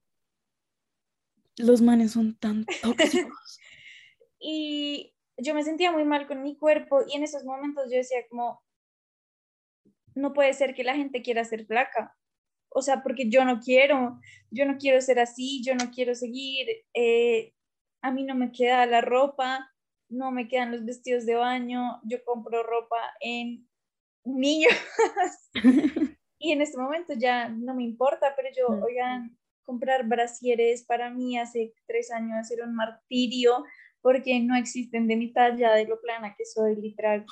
Los manes son tan tóxicos. Y yo me sentía muy mal con mi cuerpo y en esos momentos yo decía como, no puede ser que la gente quiera ser flaca. O sea, porque yo no quiero, yo no quiero ser así, yo no quiero seguir, eh, a mí no me queda la ropa, no me quedan los vestidos de baño, yo compro ropa en niños y en este momento ya no me importa, pero yo, Mm. oigan, comprar brasieres para mí hace tres años era un martirio porque no existen de mi talla, de lo plana que soy, literal.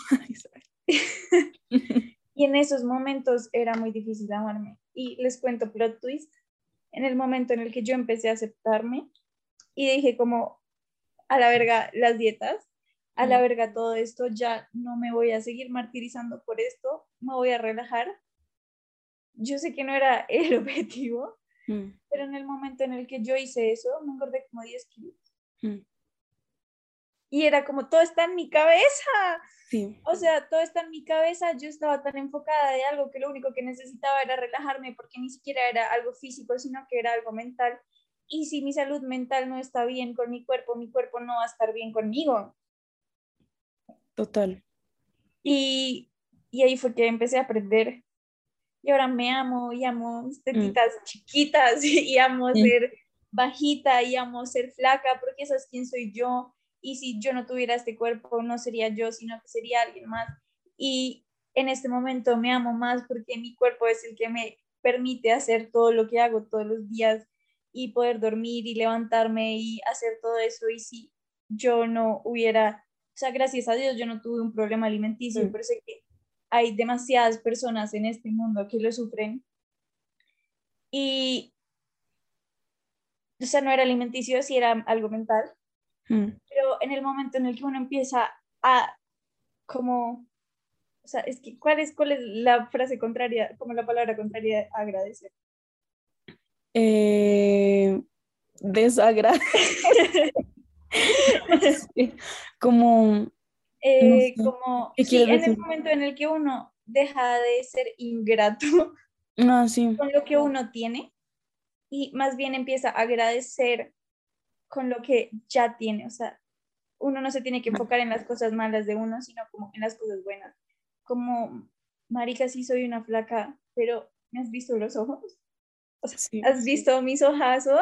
Y en esos momentos era muy difícil amarme. Y les cuento plot twist, en el momento en el que yo empecé a aceptarme y dije como, a la verga las dietas, a la Mm, verga todo esto, ya no me voy a seguir martirizando por esto, me voy a relajar. Yo sé que no era el objetivo, mm, pero en el momento en el que yo hice eso, me engordé como diez kilos. mm. Y era como, todo está en mi cabeza. Sí, O sea, todo está en mi cabeza. Yo estaba tan enfocada de algo que lo único que necesitaba era relajarme porque ni siquiera era algo físico, sino que era algo mental. Y si mi salud mental no está bien con mi cuerpo, mi cuerpo no va a estar bien conmigo. total. Y, y ahí fue que empecé a aprender. Y ahora me amo y amo mis Mm, tetitas chiquitas y amo sí, ser bajita y amo ser flaca porque eso es quien soy yo. Y si yo no tuviera este cuerpo, no sería yo, sino que sería alguien más. Y en este momento me amo más porque mi cuerpo es el que me permite hacer todo lo que hago todos los días y poder dormir y levantarme y hacer todo eso. Y si yo no hubiera, o sea, gracias a Dios yo no tuve un problema alimenticio, mm, pero sé que hay demasiadas personas en este mundo que lo sufren y, o sea, no era alimenticio, sí era algo mental, mm. pero en el momento en el que uno empieza a, como, o sea, es que, ¿cuál es, cuál es la frase contraria, como la palabra contraria a agradecer? Eh, desagrade, sí, como, no Eh, sé, como, ¿qué sí, quieres en el decir? momento en el que uno deja de ser ingrato Ah, sí, con lo que uno tiene y más bien empieza a agradecer con lo que ya tiene, o sea, uno no se tiene que enfocar en las cosas malas de uno, sino como en las cosas buenas. Como, marica, sí soy una flaca, pero ¿me has visto los ojos? O sea, sí. ¿has visto mis ojazos?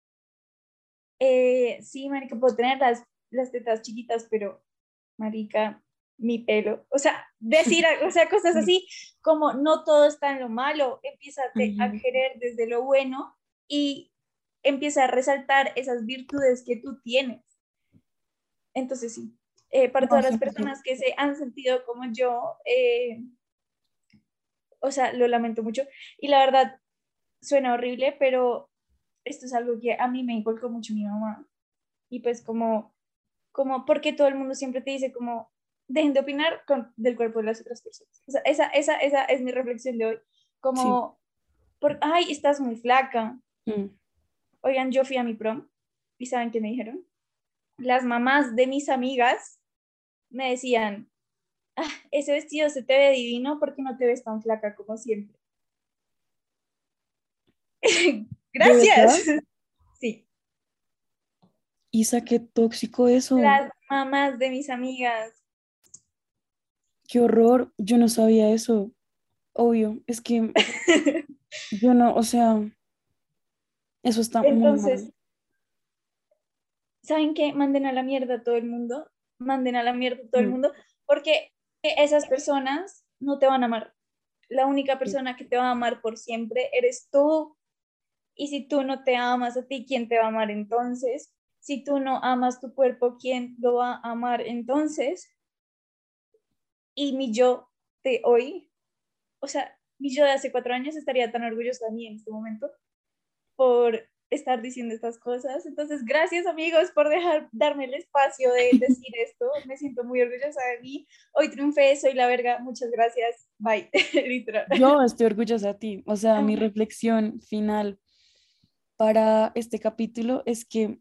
Eh, sí, marica, puedo tener las, las tetas chiquitas, pero, marica, mi pelo. O sea, decir, o sea, cosas Sí. así, como no todo está en lo malo, empieza a Ujú. querer desde lo bueno y empieza a resaltar esas virtudes que tú tienes. Entonces, sí, eh, para No, todas las cien por ciento. personas que se han sentido como yo, eh, o sea, lo lamento mucho. Y la verdad, suena horrible, pero esto es algo que a mí me inculcó mucho mi mamá. Y pues como, como, porque todo el mundo siempre te dice como, dejen de opinar con, del cuerpo de las otras personas. O sea, esa, esa, esa es mi reflexión de hoy. Sí. Como, por, ay, estás muy flaca. Mm. Oigan, yo fui a mi prom y ¿saben qué me dijeron? Las mamás de mis amigas me decían, ah, ese vestido se te ve divino porque no te ves tan flaca como siempre. ¿De verdad? Gracias. Sí, Isa, qué tóxico eso. las mamás de mis amigas. Qué horror. Yo no sabía eso. Obvio, es que yo no, o sea, eso está muy Entonces, mal. ¿saben qué? Manden a la mierda a todo el mundo, manden a la mierda a todo el Mm, mundo, porque esas personas no te van a amar. La única sí. persona que te va a amar por siempre eres tú. Y si tú no te amas a ti, ¿quién te va a amar entonces? Si tú no amas tu cuerpo, ¿quién lo va a amar entonces? Y mi yo de hoy, o sea, mi yo de hace cuatro años estaría tan orgullosa de mí en este momento. por estar diciendo estas cosas. Entonces, gracias amigos por dejar, darme el espacio de decir esto. Me siento muy orgullosa de mí. Hoy triunfé, soy la verga. Muchas gracias. Bye. Literal. Yo estoy orgullosa de ti. O sea, mi reflexión final para este capítulo es que,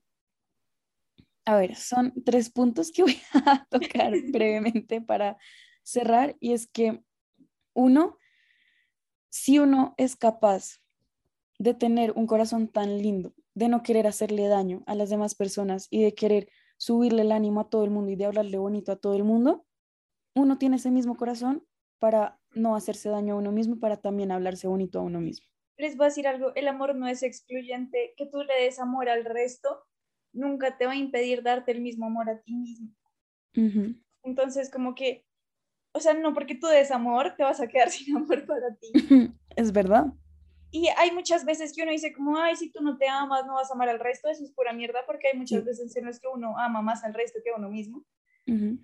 a ver, son tres puntos que voy a tocar brevemente para cerrar, y es que uno, si uno es capaz de tener un corazón tan lindo, de no querer hacerle daño a las demás personas y de querer subirle el ánimo a todo el mundo y de hablarle bonito a todo el mundo, uno tiene ese mismo corazón para no hacerse daño a uno mismo y para también hablarse bonito a uno mismo. Les voy a decir algo, el amor no es excluyente. Que tú le des amor al resto nunca te va a impedir darte el mismo amor a ti mismo. Uh-huh. Entonces, como que, o sea, no porque tú des amor te vas a quedar sin amor para ti. Es verdad. Y hay muchas veces que uno dice como, ay, si tú no te amas, no vas a amar al resto. Eso es pura mierda, porque hay muchas Sí. veces en las que uno ama más al resto que a uno mismo. Uh-huh.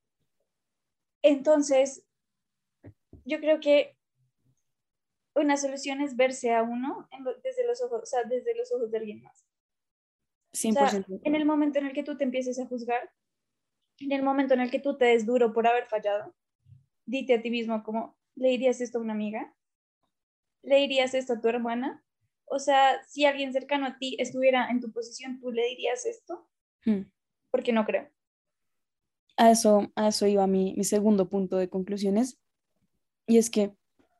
Entonces, yo creo que una solución es verse a uno en lo, desde los ojos, o sea, desde los ojos de alguien más. cien por ciento. O sea, en el momento en el que tú te empieces a juzgar, en el momento en el que tú te des duro por haber fallado, dite a ti mismo como, ¿le dirías esto a una amiga? ¿Le dirías esto a tu hermana? O sea, si alguien cercano a ti estuviera en tu posición, ¿tú le dirías esto? Hmm. Porque no creo. A eso, a eso iba mi, mi segundo punto de conclusiones, y es que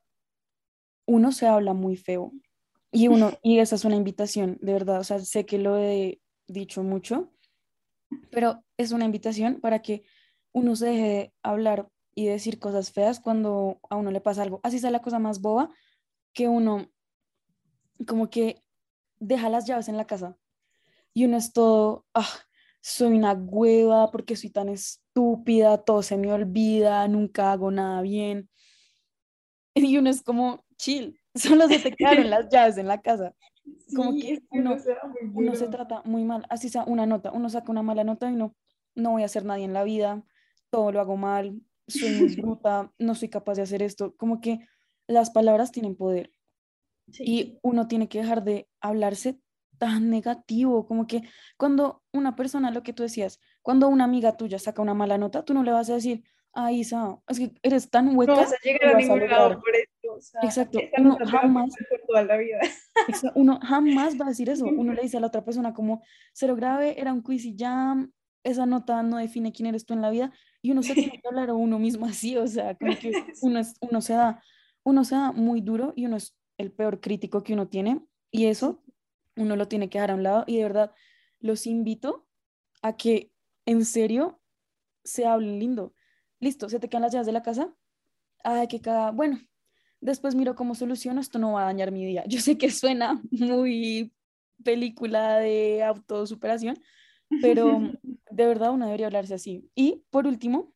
uno se habla muy feo, y uno, y esa es una invitación, de verdad, o sea, sé que lo he dicho mucho, pero es una invitación para que uno se deje de hablar y decir cosas feas cuando a uno le pasa algo. Así sea la cosa más boba, que uno como que deja las llaves en la casa y uno es todo, ah, soy una hueva porque soy tan estúpida, todo se me olvida, nunca hago nada bien. Y uno es como, chill, solo se te quedaron las llaves en la casa. Como Sí, que es que uno, uno se da muy uno se duro. trata muy mal, así sea una nota, uno saca una mala nota y no, no voy a ser nadie en la vida, todo lo hago mal, soy muy bruta, no soy capaz de hacer esto. Como que las palabras tienen poder. Sí. Y uno tiene que dejar de hablarse tan negativo, como que cuando una persona, lo que tú decías, cuando una amiga tuya saca una mala nota, tú no le vas a decir, ay, Isa, es que eres tan No hueca, vas a que llegar a lo vas a ningún lado lograr. por esto. O sea, Exacto, esta uno nota te va a jamás, afectar por toda la vida. exa- uno jamás va a decir eso. Uno le dice a la otra persona como, cero grave, era un quiz y ya, esa nota no define quién eres tú en la vida, y uno se tiene que hablar a uno mismo así, o sea, como que uno, es, uno se da, uno se da muy duro y uno es el peor crítico que uno tiene, y eso uno lo tiene que dejar a un lado, y de verdad los invito a que en serio se hablen lindo. Listo, se te quedan las llaves de la casa. Ay, qué caga. Bueno, después miro cómo soluciono, esto no va a dañar mi día. Yo sé que suena muy película de autosuperación, pero de verdad uno debería hablarse así. Y por último,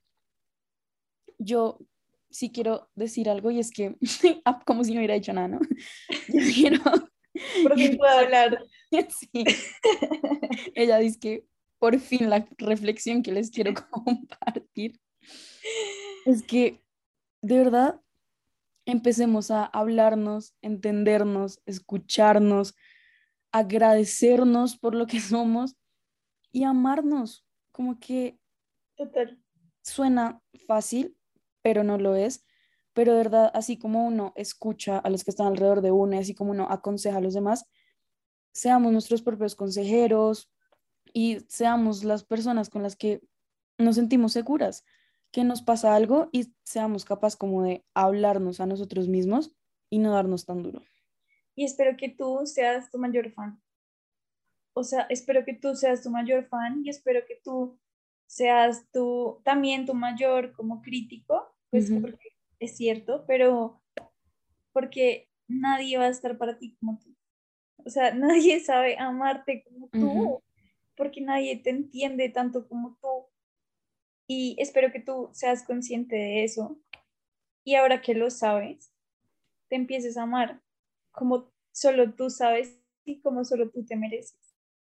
yo sí quiero decir algo, y es que, ah, como si no hubiera dicho nada, ¿no? Yo quiero, Por fin puedo hablar. sí, ella dice que por fin la reflexión que les quiero compartir es que de verdad empecemos a hablarnos, entendernos, escucharnos, agradecernos por lo que somos y amarnos. Como que Total. suena fácil, pero no lo es. Pero de verdad, así como uno escucha a los que están alrededor de uno y así como uno aconseja a los demás, seamos nuestros propios consejeros y seamos las personas con las que nos sentimos seguras, que nos pasa algo y seamos capaces como de hablarnos a nosotros mismos y no darnos tan duro. Y espero que tú seas tu mayor fan. O sea, espero que tú seas tu mayor fan y espero que tú seas tú también tu mayor como crítico, pues Ujú, porque es cierto, pero porque nadie va a estar para ti como tú. O sea, nadie sabe amarte como ujú. tú, porque nadie te entiende tanto como tú. Y espero que tú seas consciente de eso. Y ahora que lo sabes, te empieces a amar como solo tú sabes y como solo tú te mereces.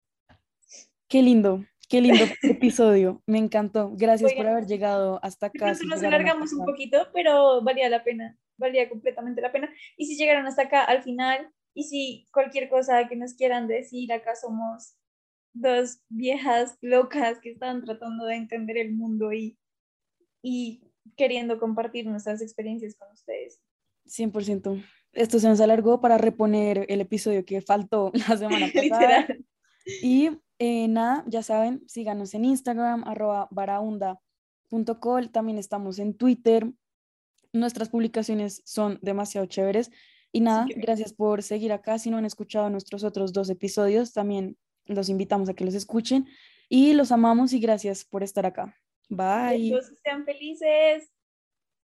Qué lindo, qué lindo episodio. Me encantó. Gracias por Oigan, haber llegado hasta de acá, pronto si nos llegaron hasta alargamos un acá. poquito, pero valía la pena, valía completamente la pena. Y si llegaron hasta acá al final Y si cualquier cosa que nos quieran decir, acá somos dos viejas locas que están tratando de entender el mundo y, y queriendo compartir nuestras experiencias con ustedes. cien por ciento. Esto se nos alargó para reponer el episodio que faltó la semana pasada. Literal. Y eh, nada, ya saben, síganos en Instagram, arroba baraunda punto col. También estamos en Twitter. Nuestras publicaciones son demasiado chéveres. Y nada, Sí, gracias por seguir acá. Si no han escuchado nuestros otros dos episodios, también los invitamos a que los escuchen. Y los amamos y gracias por estar acá. Bye. Besos, sean felices.